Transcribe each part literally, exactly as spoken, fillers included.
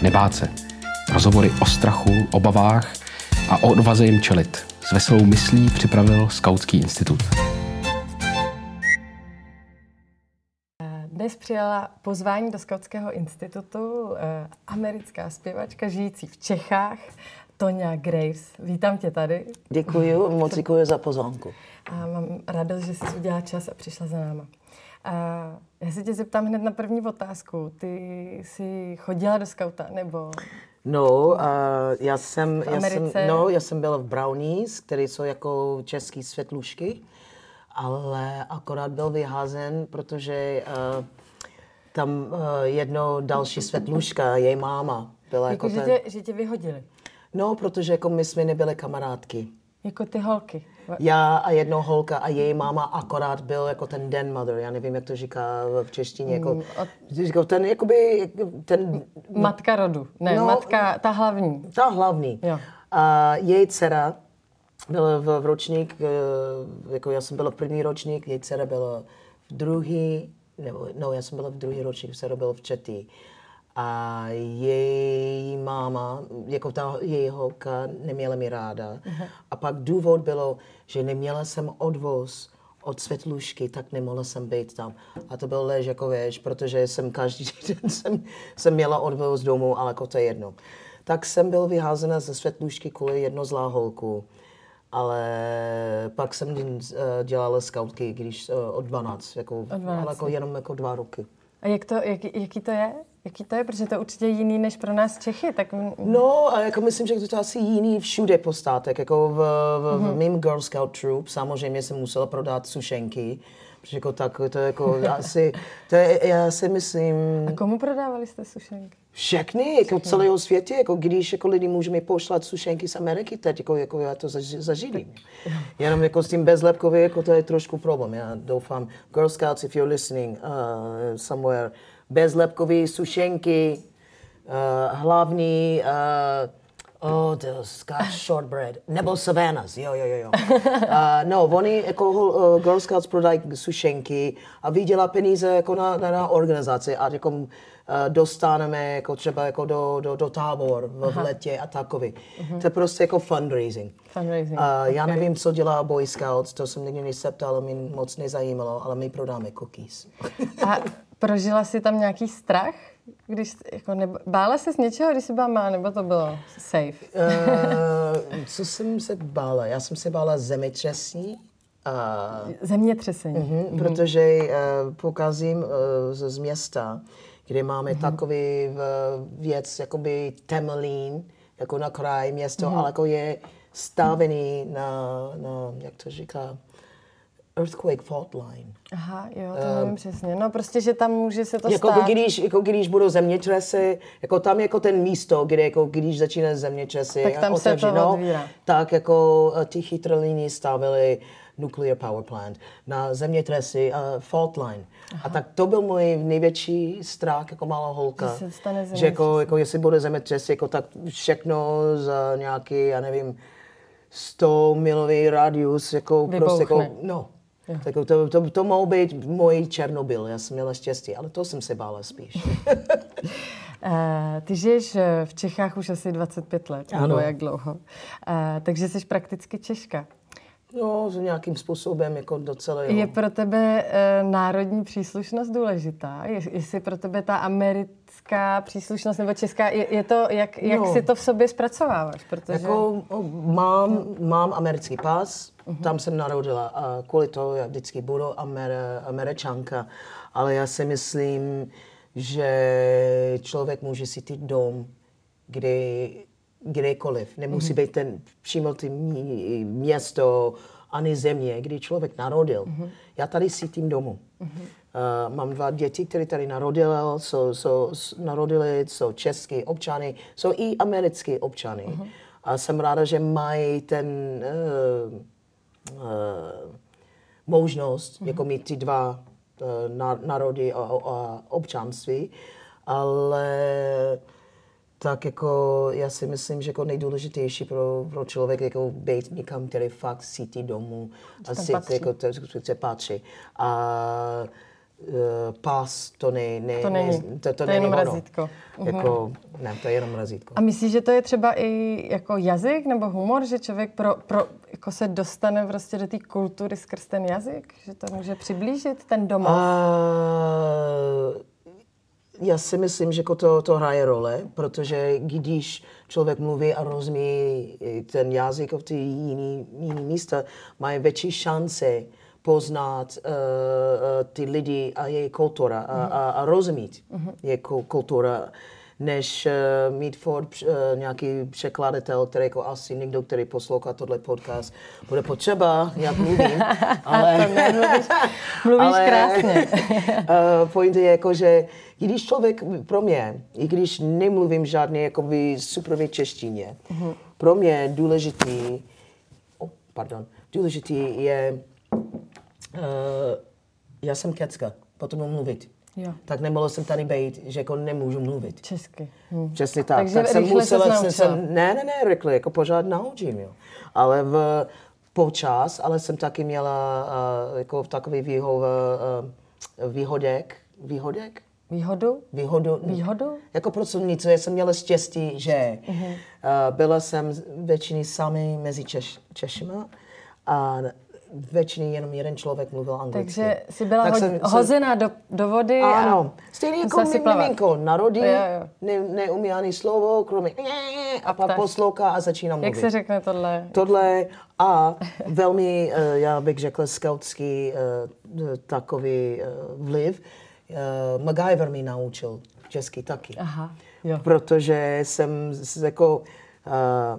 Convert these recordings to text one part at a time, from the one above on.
nebát se. Rozhovory o strachu, obavách a o odvaze jim čelit. S veselou myslí připravil Skautský institut. Dnes přijala pozvání do Skautského institutu eh, americká zpěvačka žijící v Čechách, Tonya Graves. Vítám tě tady. Děkuji, moc děkuji za pozvánku. A mám radost, že jsi udělala čas a přišla za náma. A já se tě zeptám hned na první otázku. Ty jsi chodila do skauta, nebo... No, uh, já jsem, já jsem, Americe? no, já jsem byla v Brownies, které jsou jako český světlušky, ale akorát byl vyházen, protože uh, tam uh, jedno další světluška, její máma, byla jako, jako ten... že, tě, že tě vyhodili? No, protože jako my jsme nebyli kamarádky. Jako ty holky? Já a jedno holka a její máma akorát byl jako ten den mother, já nevím, jak to říká v češtině, jako, mm, ten jakoby, ten... Matka rodu, ne, no, matka, ta hlavní. Ta hlavní. Jo. A její dcera byla v, v ročník, jako já jsem byla v první ročník, její dcera byla v druhý, nebo, no, já jsem byla v druhý ročník, dcera byla v třetí. A její máma, jako ta její holka, neměla mi ráda. Uh-huh. A pak důvod bylo, že neměla jsem odvoz od světlušky, tak nemohla jsem být tam. A to byl lež jako věž, protože jsem každý den jsem, jsem měla odvoz domů, ale jako to je jedno. Tak jsem byl vyházena ze světlušky kvůli jedno zlá holku. Ale pak jsem dělala skautky, když od dvanáct, jako, od dvanáct. Ale jako jenom jako dva roky. A jak to, jak, jaký to je? Jaký to je? Protože to je určitě jiný než pro nás Čechy, tak... No, a jako myslím, že to je asi jiný všude po státech. Jako v, v, v mým Girl Scout troop samozřejmě jsem musela prodat sušenky, protože jako tak, to je jako asi, to je, já si myslím... A komu prodávali jste sušenky? Všechny, jako celého světě, jako když jako lidi můžou mi pošlat sušenky z Ameriky, teď jako, jako já to zaž, zažívím. Jenom jako s tím bezlepkově, jako to je trošku problém. Já doufám, Girl Scouts, if you're listening uh, somewhere, bezlepkový sušenky, uh, hlavní, uh, oh, the Scotch shortbread, nebo Savannahs, jo, jo, jo, jo. Uh, no, oni jako uh, Girl Scouts prodají sušenky a vydělá peníze jako na, na, na organizaci a jako uh, dostaneme jako třeba jako do, do, do tábor v, v letě a takový. Uh-huh. To je prostě jako fundraising. Fundraising. Uh, okay. Já nevím, co dělá Boy Scouts, to jsem nikdy neseptal, mě moc nezajímalo, ale my prodáme cookies. A prožila jsi tam nějaký strach? Když, jako neba, bála jsi z něčeho, když jsi byla má, nebo to bylo safe? uh, co jsem se bála? Já jsem se bála zemětřesení. Uh, Zemětřesení. Uh-huh, uh-huh. Protože uh, pokazím uh, z, z města, kde máme uh-huh. takový uh, věc, jakoby Temelín, jako na kraj město, uh-huh. ale jako je stavený na, na, jak to říká, earthquake fault line. Aha, jo, to uh, nevím přesně. No prostě, že tam může se to jako stát. Když, jako když budou zemětřesy, jako tam jako ten místo, kde jako když začíná zemětřesy, tak tam se to no, otvírá. Tak jako ty chytrolíny stavili nuclear power plant na zemětřesy uh, fault line. Aha. A tak to byl můj největší strach jako malá holka. Že se stane že jako, jako jestli bude zemětřesy, jako tak všechno za nějaký, já nevím, sto milový radius, jako Vybouchne. Prostě jako, no. Tak to, to, to mohl být můj Černobyl, já jsem měla štěstí, ale to jsem se bála spíš. Ty žiješ v Čechách už asi dvacet pět let, ano. nebo jak dlouho, takže jsi prakticky Češka. No, s nějakým způsobem jako docela, jo. Je pro tebe e, národní příslušnost důležitá? Je, jestli pro tebe ta americká příslušnost nebo česká, je, je to, jak, jak no. si to v sobě zpracováváš? Protože... Jako mám, mám americký pas, uh-huh. tam jsem narodila a kvůli toho já vždycky budu Amer, Američanka, ale já si myslím, že člověk může si jít dom, kdy kdekoliv. Nemusí mm-hmm. být ten přímo ty město ani země, kdy člověk narodil. Mm-hmm. Já tady cítím domů. Mm-hmm. Uh, mám dva děti, které tady narodili, jsou, jsou, narodili, jsou český občany, jsou i americký občany. Mm-hmm. A jsem ráda, že mají ten uh, uh, možnost, mm-hmm. jako mít ty dva uh, národy a, a občanství, ale tak jako já si myslím, že jako nejdůležitější pro, pro člověk jako být někam, který fakt cítí domů a si jako to se patří. A uh, pás, to, ne, ne, to není. Ne, to, to, to není je jenom ono. razítko. Jako, ne, to je jenom razítko. A myslíš, že to je třeba i jako jazyk nebo humor, že člověk pro, pro, jako se dostane prostě do té kultury skrz ten jazyk? Že to může přiblížit ten domov? Uh, já si myslím, že jako to, to hraje role, protože když člověk mluví a rozumí ten jazyk v ty jiný, jiný místa, mají větší šance poznat uh, uh, ty lidi a jejich kultura a, mm. a, a rozumět mm-hmm. jejich kultura, než uh, mít furt uh, nějaký překladatel, který jako asi někdo, který poslouchá tohle podcast, bude potřeba, jak mluvím, ale... to nemluvíš, mluvíš ale, krásně. uh, point je jako, že když člověk, pro mě, i když nemluvím žádné jakoby superové češtině, mm-hmm. pro mě je důležitý, oh, pardon, důležitý je, uh, já jsem kecka, potom mluvit. Jo. Tak nemohla jsem tady být, že jako nemůžu mluvit. Česky. Hm. Přesně tak. Takže tak jsem musela, jsem jsem, ne, ne, ne, rychle, jako pořád naučím, jo. Ale v počas, ale jsem taky měla uh, jako v takový výho, uh, výhodek, výhodek? Výhodu? Výhodu. Výhodu? Jako prostě něco, já jsem měla štěstí, že uh-huh. uh, byla jsem většině sami mezi Češ, Češima a většině jenom jeden člověk mluvil anglicky. Takže jsi byla tak ho- jsem, hozená do, do vody a... Ano. Stejně jako miminko narodí, jo, jo. ne, neumí ani slovo, kromě a, a pak ptáš. poslouchá a začíná mluvit. Jak se řekne tohle? Tohle a velmi, uh, já bych řekla, skautský uh, takový uh, vliv. Uh, MacGyver mi naučil česky taky. Aha, jo. Protože jsem jako, uh,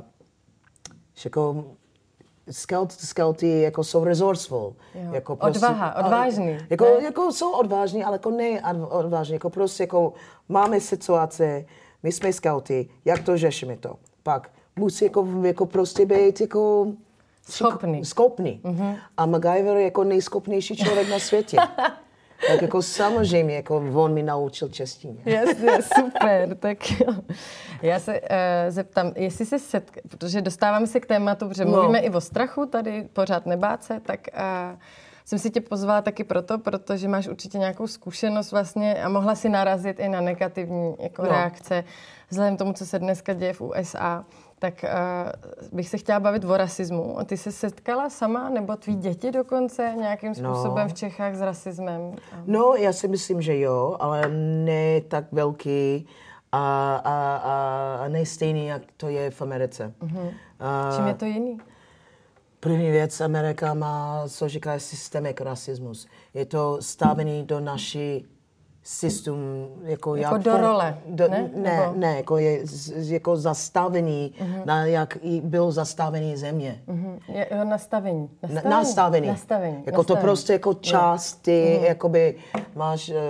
jako Scout, scouty jako jsou resourceful. Jako prostě, Odvaha, odvážný. Jako, jako jsou odvážní, ale jako ne odvážní. Jako prostě jako máme situace, my jsme scouty, jak to řešíme to. Pak musí jako, jako prostě být jako schopný. schopný. Mm-hmm. A MacGyver je jako nejschopnější člověk na světě. Tak jako samozřejmě, jako on mi naučil češtině. Jasně, super, tak jo. Já se uh, zeptám, jestli se setká, protože dostáváme se k tématu, protože no. mluvíme i o strachu, tady pořád nebát se, tak uh, jsem si tě pozvala taky proto, protože máš určitě nějakou zkušenost vlastně a mohla si narazit i na negativní jako no. reakce vzhledem tomu, co se dneska děje v U S A. Tak uh, bych se chtěla bavit o rasismu. A ty se setkala sama, nebo tví děti dokonce nějakým způsobem no. v Čechách s rasismem? No, já si myslím, že jo, ale ne tak velký a, a, a, a ne stejný, jak to je v Americe. Uh-huh. Uh, Čím je to jiný? První věc, Amerika má, co říká, systemic rasismus. Je to stavený do naší systém, jako, jako jak do role, do, ne? Ne, Nebo? ne, jako je jako zastavený, uh-huh. na jak byl zastavený země. Uh-huh. Je, jo, nastavení. Nastavení. Na, nastavení. nastavení. Jako nastavení. to prostě jako část, ty, uh-huh. jakoby máš uh,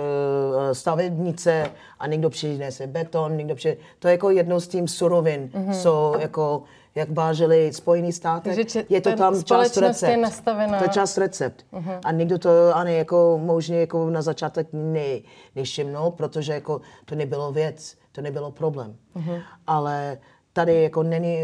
stavebnice a někdo přinese beton, někdo přinese, to je jako jedno z tím surovin, uh-huh. jsou jako jak vážili Spojený státy, če- je to tam část recept. Je nastavená. To je část recept. Uh-huh. A někdo to ani jako možná jako na začátek ne, nevšimnul, protože jako to nebylo věc, to nebylo problém. Uh-huh. Ale tady jako není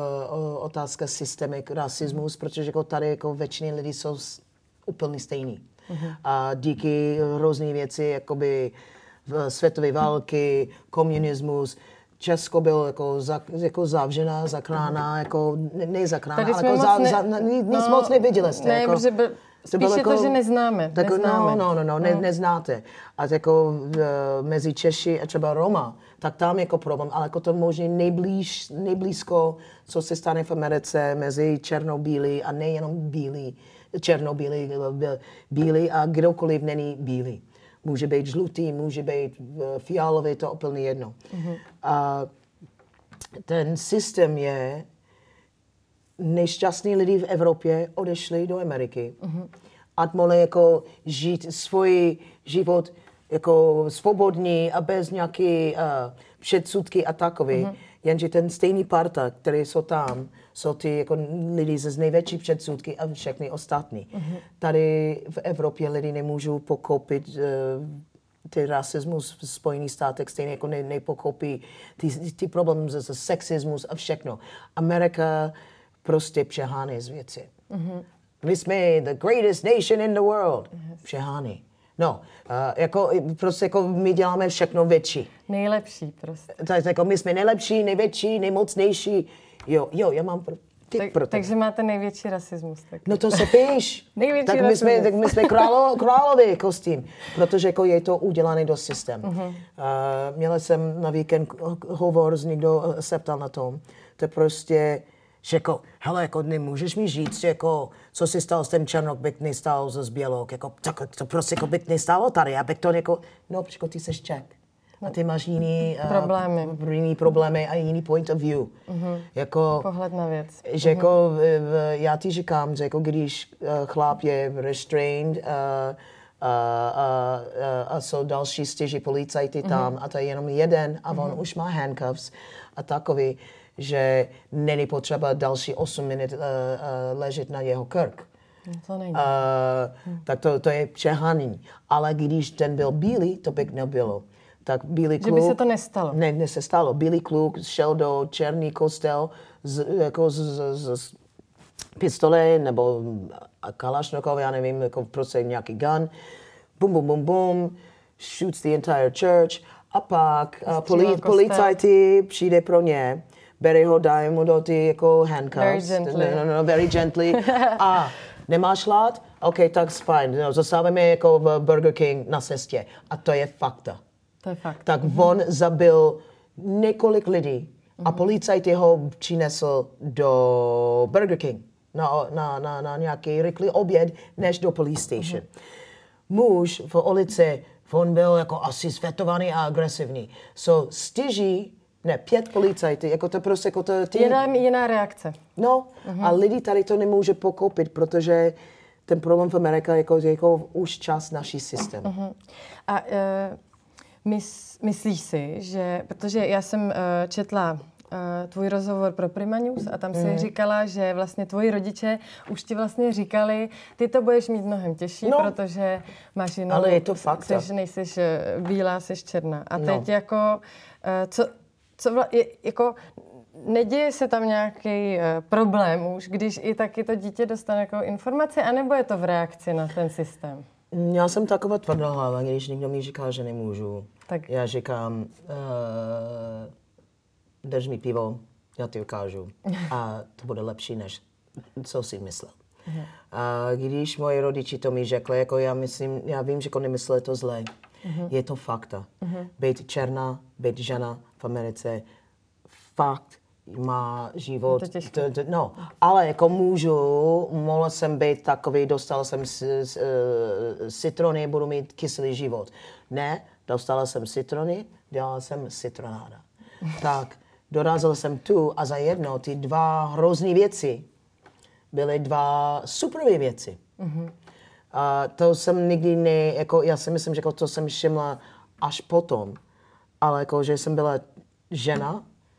uh, otázka systémik rasismus, protože jako tady jako většině lidí jsou úplně stejní. Uh-huh. A díky různý věci, jakoby světové války, komunismus, Česko bylo jako, za, jako zavřená, zakrána, jako ne, ne zakrána, ale jako za, ne, za, nic no, moc neviděli jste. Ne, jako, protože byl, spíš je to, že neznáme. Tak, neznáme. No, no, no, no, ne, neznáte. A jako uh, mezi Češi a třeba Roma, tak tam jako problém, ale jako to možná nejblíž, nejblízko, co se stane v Americe mezi černobílý a nejenom bílý, černobílý, bílý a kdokoliv není bílý. Může být žlutý, může být fialový, to úplně jedno. Mm-hmm. A ten systém je, nešťastní lidi v Evropě odešli do Ameriky. Mm-hmm. A mohli jako žít svůj život jako svobodný a bez nějaký uh, předsudky a takový. Mm-hmm. Jenže ten stejný parta, který jsou tam, jsou ty jako lidi z největší předsudky a všechny ostatní. Mm-hmm. Tady v Evropě lidi nemůžou pochopit uh, ty rasismus v Spojených státech, stejně jako ne, nepochopí ty, ty problémy s sexismus a všechno. Amerika prostě přehání z věci. Mm-hmm. My jsme the greatest nation in the world. Yes. Přehání. No, uh, jako, prostě jako my děláme všechno větší. Nejlepší prostě. Tak jako my jsme nejlepší, největší, nejmocnější. Jo, jo, já mám ty tak, pro Takže máte největší rasismus. Taky. No to se píš. Největší tak my jsme, tak my jsme králo, králový kostým, protože jako je to udělané do systému. Uh-huh. Uh, měla jsem na víkend hovor, s někdo se ptal na tom. To je prostě, že jako, hele, jako nemůžeš mi říct, jako, co si stalo s tím Černok, bych nestál ze Zbělok, jako, tak, to prostě jako bych nestalo tady, abych to jako, no, protože ty seš Čech. A ty máš jiný problémy, uh, jiný problémy a jiný point of view. Uh-huh. Jako, pohled na věc. Že uh-huh. jako, v, v, já ti říkám, že jako když uh, chlap je restrained uh, uh, uh, uh, a jsou další stěží policajty tam uh-huh. a to je jenom jeden a on uh-huh. už má handcuffs a takový, že není potřeba další osm minut uh, uh, ležet na jeho krk. To není. Uh, hmm. Tak to, to je přehaný. Ale když ten byl bílý, to by nebylo. Tak bílý kluk... Že by se to nestalo. Ne, ne se stalo. Bílý kluk šel do černý kostel z, jako z, z, z, z pistole nebo kalašnikov, já nevím, jako prostě nějaký gun. Bum, bum, bum, bum. Shoots the entire church. A pak uh, poli, policajti přijde pro ně. Bere ho, dají mu do ty jako handcuffs. Very gently. No, no, no, very gently. A nemáš hlad? OK, tak fajn. No, zasáváme jako v Burger King na cestě. A to je fakta. To je fakt. Tak mm-hmm. on zabil několik lidí mm-hmm. a policajt ho přinesl do Burger King na, na, na, na nějaký rychlý oběd, než do police station. Mm-hmm. Muž v ulici, on byl jako asi světovaný a agresivní. So stěží, ne, pět policajtů, jako to prostě jako to... Ty... Jiná, jiná reakce. No, mm-hmm. a lidi tady to nemůže pochopit, protože ten problém v Americe jako, jako už čas naší systém. Mm-hmm. A... Uh... Mys, myslíš si, že, protože já jsem uh, četla uh, tvůj rozhovor pro Prima News a tam mm. si říkala, že vlastně tvoji rodiče už ti vlastně říkali, ty to budeš mít mnohem těžší, no. protože máš jinou... Ale je to fakt. Seš, nejseš uh, bílá, seš černá. A no. teď jako, uh, co, co vla, je, jako, neděje se tam nějaký uh, problém už, když i taky to dítě dostane jako informaci, anebo je to v reakci na ten systém? Já jsem taková tvrdá hlava, když někdo mi říká, že nemůžu. Tak. Já říkám, uh, drž mi pivo, já ti ukážu. A to bude lepší, než co si myslel. Uh-huh. A když moji rodiči to mi řekli, jako já myslím, já vím, že jako nemysleli to zle. Uh-huh. Je to fakta. Uh-huh. Být černá, být žena v Americe, fakt má život. To to, to, no, ale jako můžu, mohla jsem být takový, dostala jsem s, s, uh, citrony, budu mít kyselý život. Ne, dostala jsem citrony, dělala jsem citronáda. Tak, dorazil jsem tu a za jedno ty dva hrozný věci byly dva superové věci. Mm-hmm. A to jsem nikdy ne, jako já si myslím, že jako to jsem všimla až potom. Ale jako, že jsem byla žena,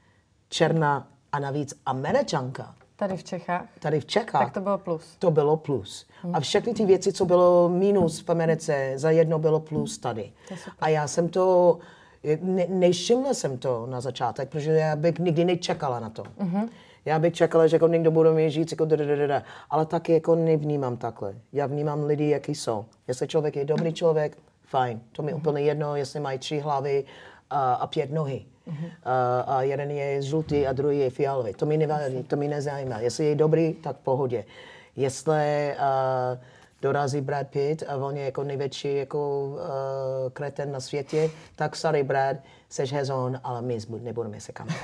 černá a navíc Američanka. Tady v Čechách? Tady v Čechách. Tak to bylo plus. To bylo plus. Hmm. A všechny ty věci, co bylo minus v Americe, za jedno bylo plus tady. A já jsem to, ne, nevšimla jsem to na začátek, protože já bych nikdy nečekala na to. Mm-hmm. Já bych čekala, že jako někdo bude mi říct, jako dadadada, ale taky jako nevnímám takhle. Já vnímám lidi, jaký jsou. Jestli člověk je dobrý člověk, fajn. To mi mm-hmm. úplně jedno, jestli mají tři hlavy a, a pět nohy. Uh-huh. A, a jeden je žlutý a druhý je fialový. To mi nevadí, to mi nezajímá. Jestli je dobrý, tak v pohodě. Jestli uh, dorazí Brad Pitt a on je jako největší jako, uh, kreten na světě, tak sorry Brad, seš hezon, ale my nebudeme se kam.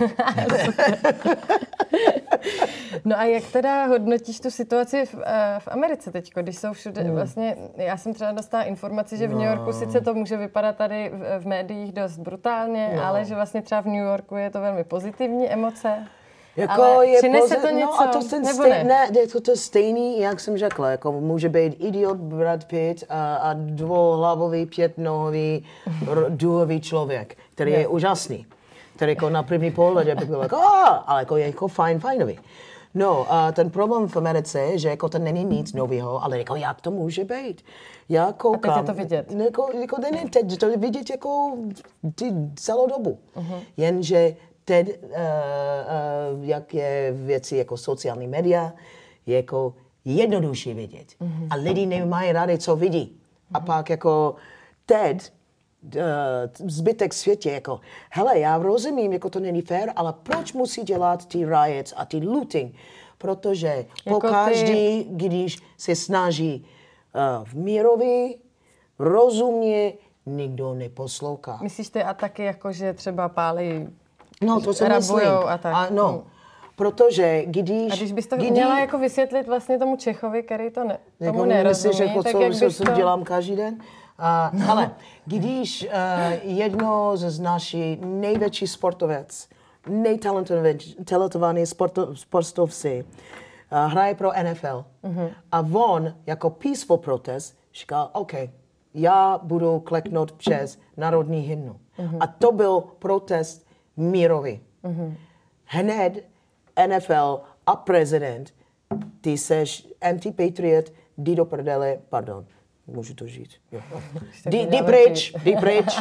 No a jak teda hodnotíš tu situaci v, uh, v Americe teď, když jsou všude hmm. vlastně, já jsem třeba dostala informaci, že v New Yorku no. sice to může vypadat tady v, v médiích dost brutálně, no. ale že vlastně třeba v New Yorku je to velmi pozitivní emoce. Jako ale je přinese pozi- to něco, no a to ten nebo stej- ne? ne? Je to, to stejný, jak jsem řekla, jako může být idiot Brad Pitt a, a dvouhlavový, pětnohový, duhový člověk, který je, je úžasný. Který jako na první pohled by byl jako, ah, ale jako je jako fajn, fajnový. No, a ten problém v Americe, že jako to není nic nového, ale jako jak to může být? Já koukám. A teď je to vidět. Jako, jako ne, teď to vidět jako ty celou dobu. Uh-huh. Jenže teď, uh, uh, jak je věci jako sociální média, je jako jednodušší vidět. Uh-huh. A lidi nemají rádi, co vidí. A pak jako teď uh, zbytek světě jako, hele, já rozumím, jako to není fér, ale proč musí dělat ty riots a ty looting? Protože jako pokaždý, ty... když se snaží uh, v mírový, rozumně, nikdo neposlouchá. Myslíš ty ataky, jako že třeba pálí, no, to rabujou a tak? A no, hmm. protože když... A když bys to kdy, měla jako vysvětlit vlastně tomu Čechovi, který to ne, tomu jako nerozumí, myslíš, jako tak co, jak bys co to... dělám každý den? Uh, no. Ale když uh, jedno z našich největší sportovec, nejtalentovaný sportovci, uh, hraje pro N F L uh-huh. a on jako peaceful protest říkal, OK, já budu kleknout přes národní hymnu. Uh-huh. A to byl protest mírový. Uh-huh. Hned N F L a prezident, ty seš anti-patriot, jdi do prdele, pardon, můžu to říct. Jdi, jdi pryč, jdi pryč.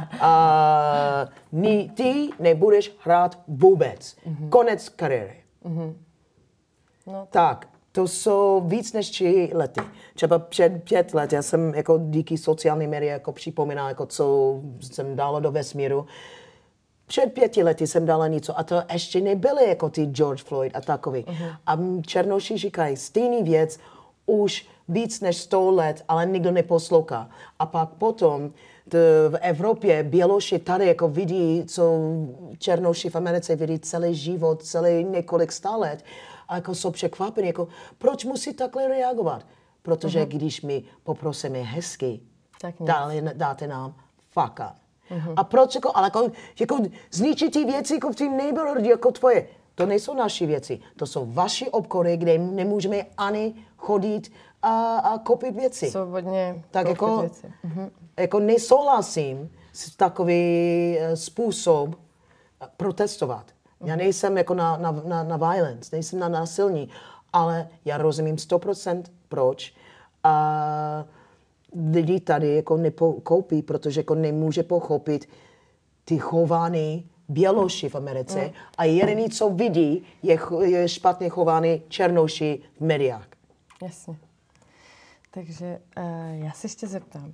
A ni, ty nebudeš hrát vůbec. Uh-huh. Konec kariéry. Uh-huh. No, tak, to jsou víc než tři lety. Třeba před pět let, já jsem jako díky sociální médii jako připomínal, jako co jsem dala do vesmíru. Před pěti lety jsem dala něco a to ještě nebyly jako ty George Floyd a takový. Uh-huh. A černoši říkají stejný věc už víc než sto let, ale nikdo neposlouchá. A pak potom t, v Evropě Běloši tady jako vidí, co černoši v Americe vidí celý život, celý několik sta let. A jako jsou překvapení, jako proč musí takhle reagovat? Protože uh-huh. když my poprosíme hezky, dále, dáte nám faka. Uh-huh. A proč jako, ale jako, jako zničit ty věci jako v tím neighborhood, jako tvoje. To nejsou naši věci, to jsou vaši obchody, kde nemůžeme ani chodit a, a koupit věci. Svobodně tak koupit jako, věci. Uh-huh. Jako nesouhlasím s takový způsob protestovat. Uh-huh. Já nejsem jako na, na, na, na violence, nejsem na násilní, ale já rozumím sto procent proč. A lidi tady jako nekoupí, protože jako nemůže pochopit ty chování Běloši v Americe mm. a jediný, co vidí, je, je špatně chovaný černoši v médiách. Jasně. Takže uh, já se ještě zeptám.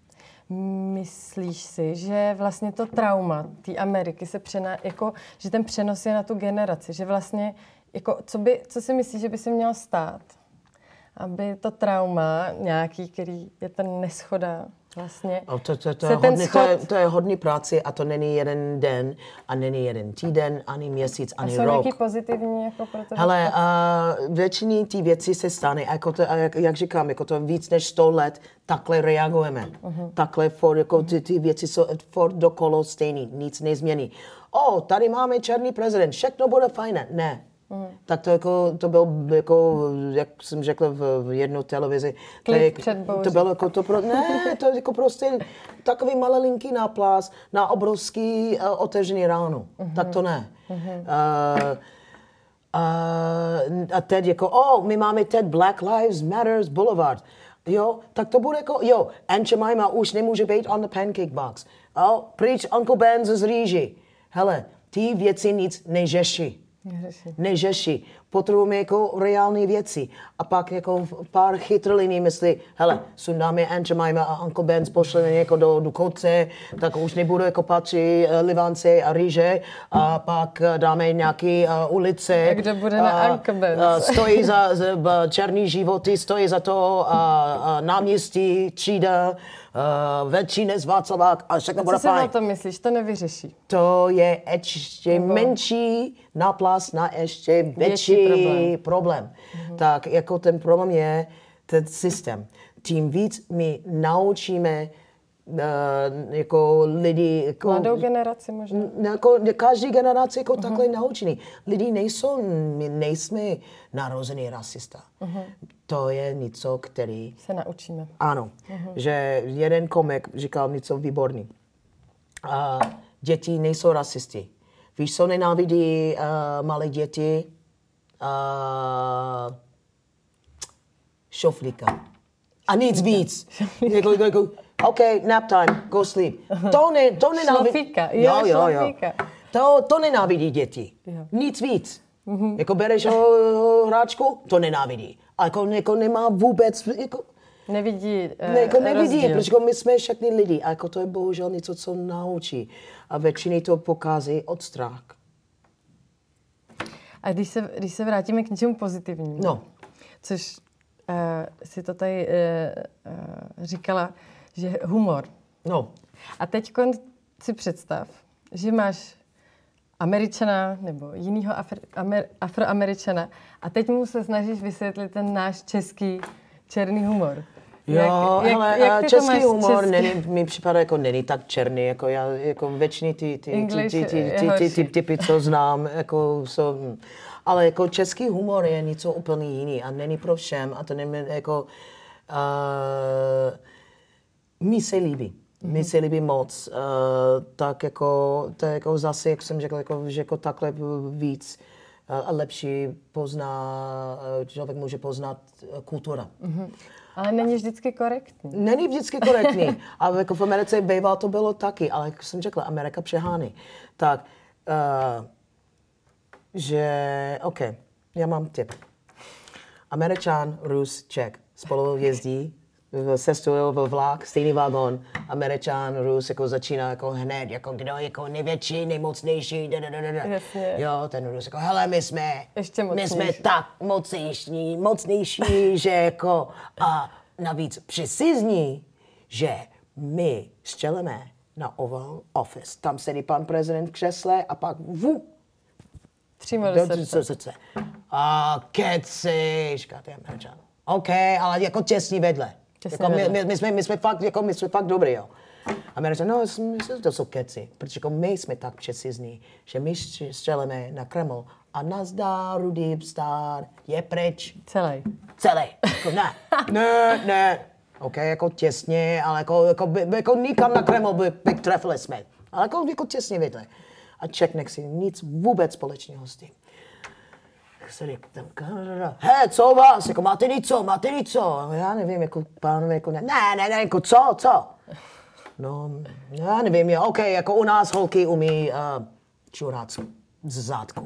Myslíš si, že vlastně to trauma té Ameriky se přená, jako, že ten přenos je na tu generaci, že vlastně, jako, co, by, co si myslíš, že by se mělo stát, aby to trauma nějaký, který je ten neschoda, vlastně. To, to, to, to, je hodný, schod... to, je, to je hodný práci a to není jeden den a není jeden týden, ani měsíc, ani rok. A jsou nějaký pozitivní jako pro to? Hele, uh, většině ty věci se stane a, jako to, a jak, jak říkám, jako to víc než sto let takhle reagujeme. Uh-huh. Takhle for, jako ty, ty věci jsou furt dokolo stejný, nic nezmění. O, tady máme černý prezident, všechno bude fajn. Ne. Mm. Tak to, jako, to byl, jako, jak jsem řekl v, v jedné televizi, to, je, to bylo jako to, pro, ne, to je jako prostě takový malelinký náplás na obrovský uh, otevřený ráno. Mm-hmm. Tak to ne. Mm-hmm. Uh, uh, a teď jako, oh, my máme teď Black Lives Matters Boulevard. Jo, tak to bude jako, jo, Aunt Jemima už nemůže být on the pancake box. Oh, pryč Uncle Ben z rýži. Hele, ty věci nic neřeší. Neřeší. Neřeší. Potřebujeme jako reální věci. A pak jako pár chytrliní myslí, hele, sundáme Aunt Jemima a Uncle Ben pošleme něko do Dukovce, tak už nebudu jako patří uh, livance a rýže a pak uh, dáme nějaký uh, ulice. A kdo bude na Uncle Ben? Uh, stojí za, za uh, černý životy, stojí za to uh, uh, náměstí, třída, Uh, větší než Václavák a všechno bude fajn. Co si o tom myslíš? To nevyřeší. To je ještě Nebo... menší náplast na ještě větší, větší problém. problém. Mm-hmm. Tak jako ten problém je ten systém. Tím víc my naučíme uh, jako lidi... Jako, mladou generaci možná. Jako, každý generace jako mm-hmm. takhle naučený. Lidi nejsou, my nejsme narozený rasista. Mm-hmm. To je něco, který... se naučíme. Ano, uh-huh. že jeden komik říkal něco výborný. Uh, děti nejsou rasisti. Víš, co nenávidí uh, malé děti? Uh, šoflíka. A nic víc. jako, jako, OK, nap time, go sleep. To, ne, to nenávidí... Šlofíka, jo, jo, jo, šlofíka. To, to nenávidí děti. Jo. Nic víc. Uh-huh. Jako bereš ho, ho hráčku, to nenávidí. A jako, jako nemá vůbec, jako, Nevidí uh, ne, jako nevidí, rozdíl. protože jako my jsme všichni lidi a jako to je bohužel něco, co naučí. A většině to pokází od strach. A když se, když se vrátíme k něčemu pozitivnímu, no. což uh, si to tady uh, uh, říkala, že humor. No. A teď si představ, že máš Američana nebo jinýho afro, amer, afroameričana a teď mu se snažíš vysvětlit ten náš český černý humor. Jo, jak, ale jak, jak český humor český? Není, mi připadá jako není tak černý, jako já, jako většině ty, ty, English ty, ty, je ty, ty, ty, horší. ty typy, co znám, jako jsou, ale jako český humor je něco úplně jiný a není pro všem a to není jako, uh, mi se líbí. Mi se líbí moc, uh, tak jako, to je jako zase, jak jsem řekl, jako, že jako takhle víc uh, a lepší pozná, uh, člověk může poznat uh, kultura. Mm-hmm. Ale není vždycky korektní. Není vždycky korektní. A jako v Americe bývá to bylo taky, ale jak jsem řekla, Amerika přehány. Tak, uh, že, OK, já mám tip. Američan, Rus, Čech spolu jezdí, cestují ve vlak, stejný vagón, Američan, Rus, jako začíná jako hned, jako kdo je jako největší, nejmocnější, da, da, da, da. Jasně. Jo, ten Rus jako, hele, my jsme, Ještě my jsme mocnější. tak mocnější, mocnější, že jako, a navíc přesizní, že my střelíme na Oval Office. Tam sedí pan prezident v křesle a pak vu, Přímo do do srdce. srdce. A keci, říká ty Američan. OK, ale jako těsně vedle. Těsně Jako my, vedle. my, my, jsme, my, jsme fakt, jako my jsme fakt dobrý, jo. Američan, no, myslím, to jsou keci, protože jako my jsme tak přesizní, že my střelíme na Kreml a nazdar, Rudy, vstát, je pryč. Celý. Celý. Jako ne, ne, ne. OK, jako těsně, ale jako, jako, by, jako nikam na Kreml by, by trefili jsme. Ale jako, jako těsně vedle. A Čech nechci nic vůbec společného s tím. Se tam, he, co vás, jako máte něco, máte něco? Já nevím, jako pánové, jako ne, ne, ne, ne, jako co, co? No, já nevím, jo, OK, jako u nás holky umí uh, čurat z zádku.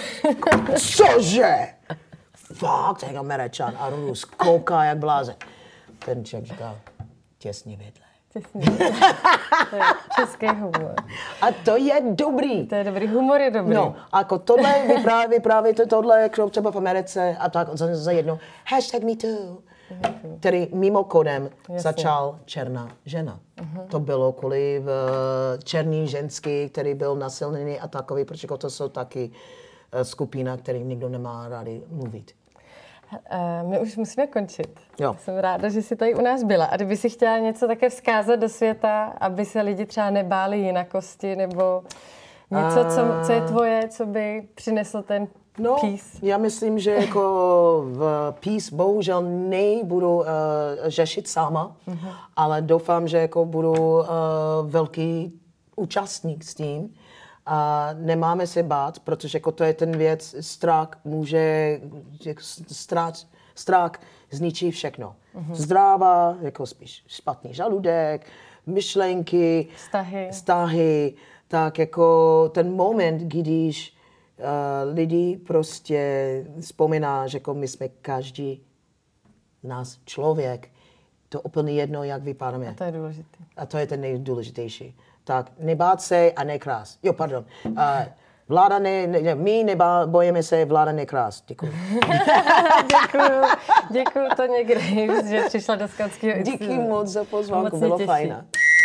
Cože? Fakt, jak Američan a Rus kouká jak blázen. Ten Čech říká, těsně vedle. Těsně. To je český humor. A to je dobrý. To je dobrý. Humor je dobrý. No, a jako tohle vypráví, vypráví to tohle, jako třeba v Americe a tak za, za jedno. Hashtag me too. Který mimochodem Jasně. začal černá žena. Uh-huh. To bylo kvůli v, černý ženský, který byl nasilněný a takový, protože to jsou taky uh, skupina, který nikdo nemá rádi mluvit. Uh, my už musíme končit. Jo. Jsem ráda, že jsi tady u nás byla. A kdyby si chtěla něco také vzkázat do světa, aby se lidi třeba nebáli jinakosti, nebo něco, co, co je tvoje, co by přinesl ten No, peace? já myslím, že jako v peace bohužel nebudu uh, řešit sama, uh-huh. ale doufám, že jako budu uh, velký účastník s tím. A nemáme se bát, protože jako to je ten věc, strach může, strach, strach zničí všechno. Uh-huh. Zdráva, jako spíš špatný žaludek, myšlenky, Vztahy. vztahy, tak jako ten moment, když uh, lidi prostě vzpomíná, že jako my jsme každý nás člověk, to úplně jedno, jak vypadáme. A to je důležité. A to je ten nejdůležitější. Tak nebát se a nekrás. Jo, pardon. Uh, vláda ne, ne, my nebá, bojíme se, vláda nekrás. Děkuji. Děkuju. Děkuju to někdy, že přišla do Skautského institutu. Díky moc za pozvánku, Moc mě bylo těší. fajn.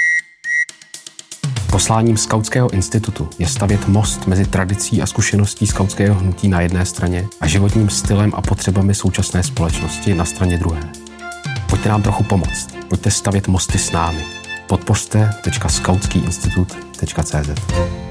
Posláním Skautského institutu je stavět most mezi tradicí a zkušeností skautského hnutí na jedné straně a životním stylem a potřebami současné společnosti na straně druhé. Pojďte nám trochu pomoct. Pojďte stavět mosty s námi. podpořte tečka skautský institut tečka cé zet.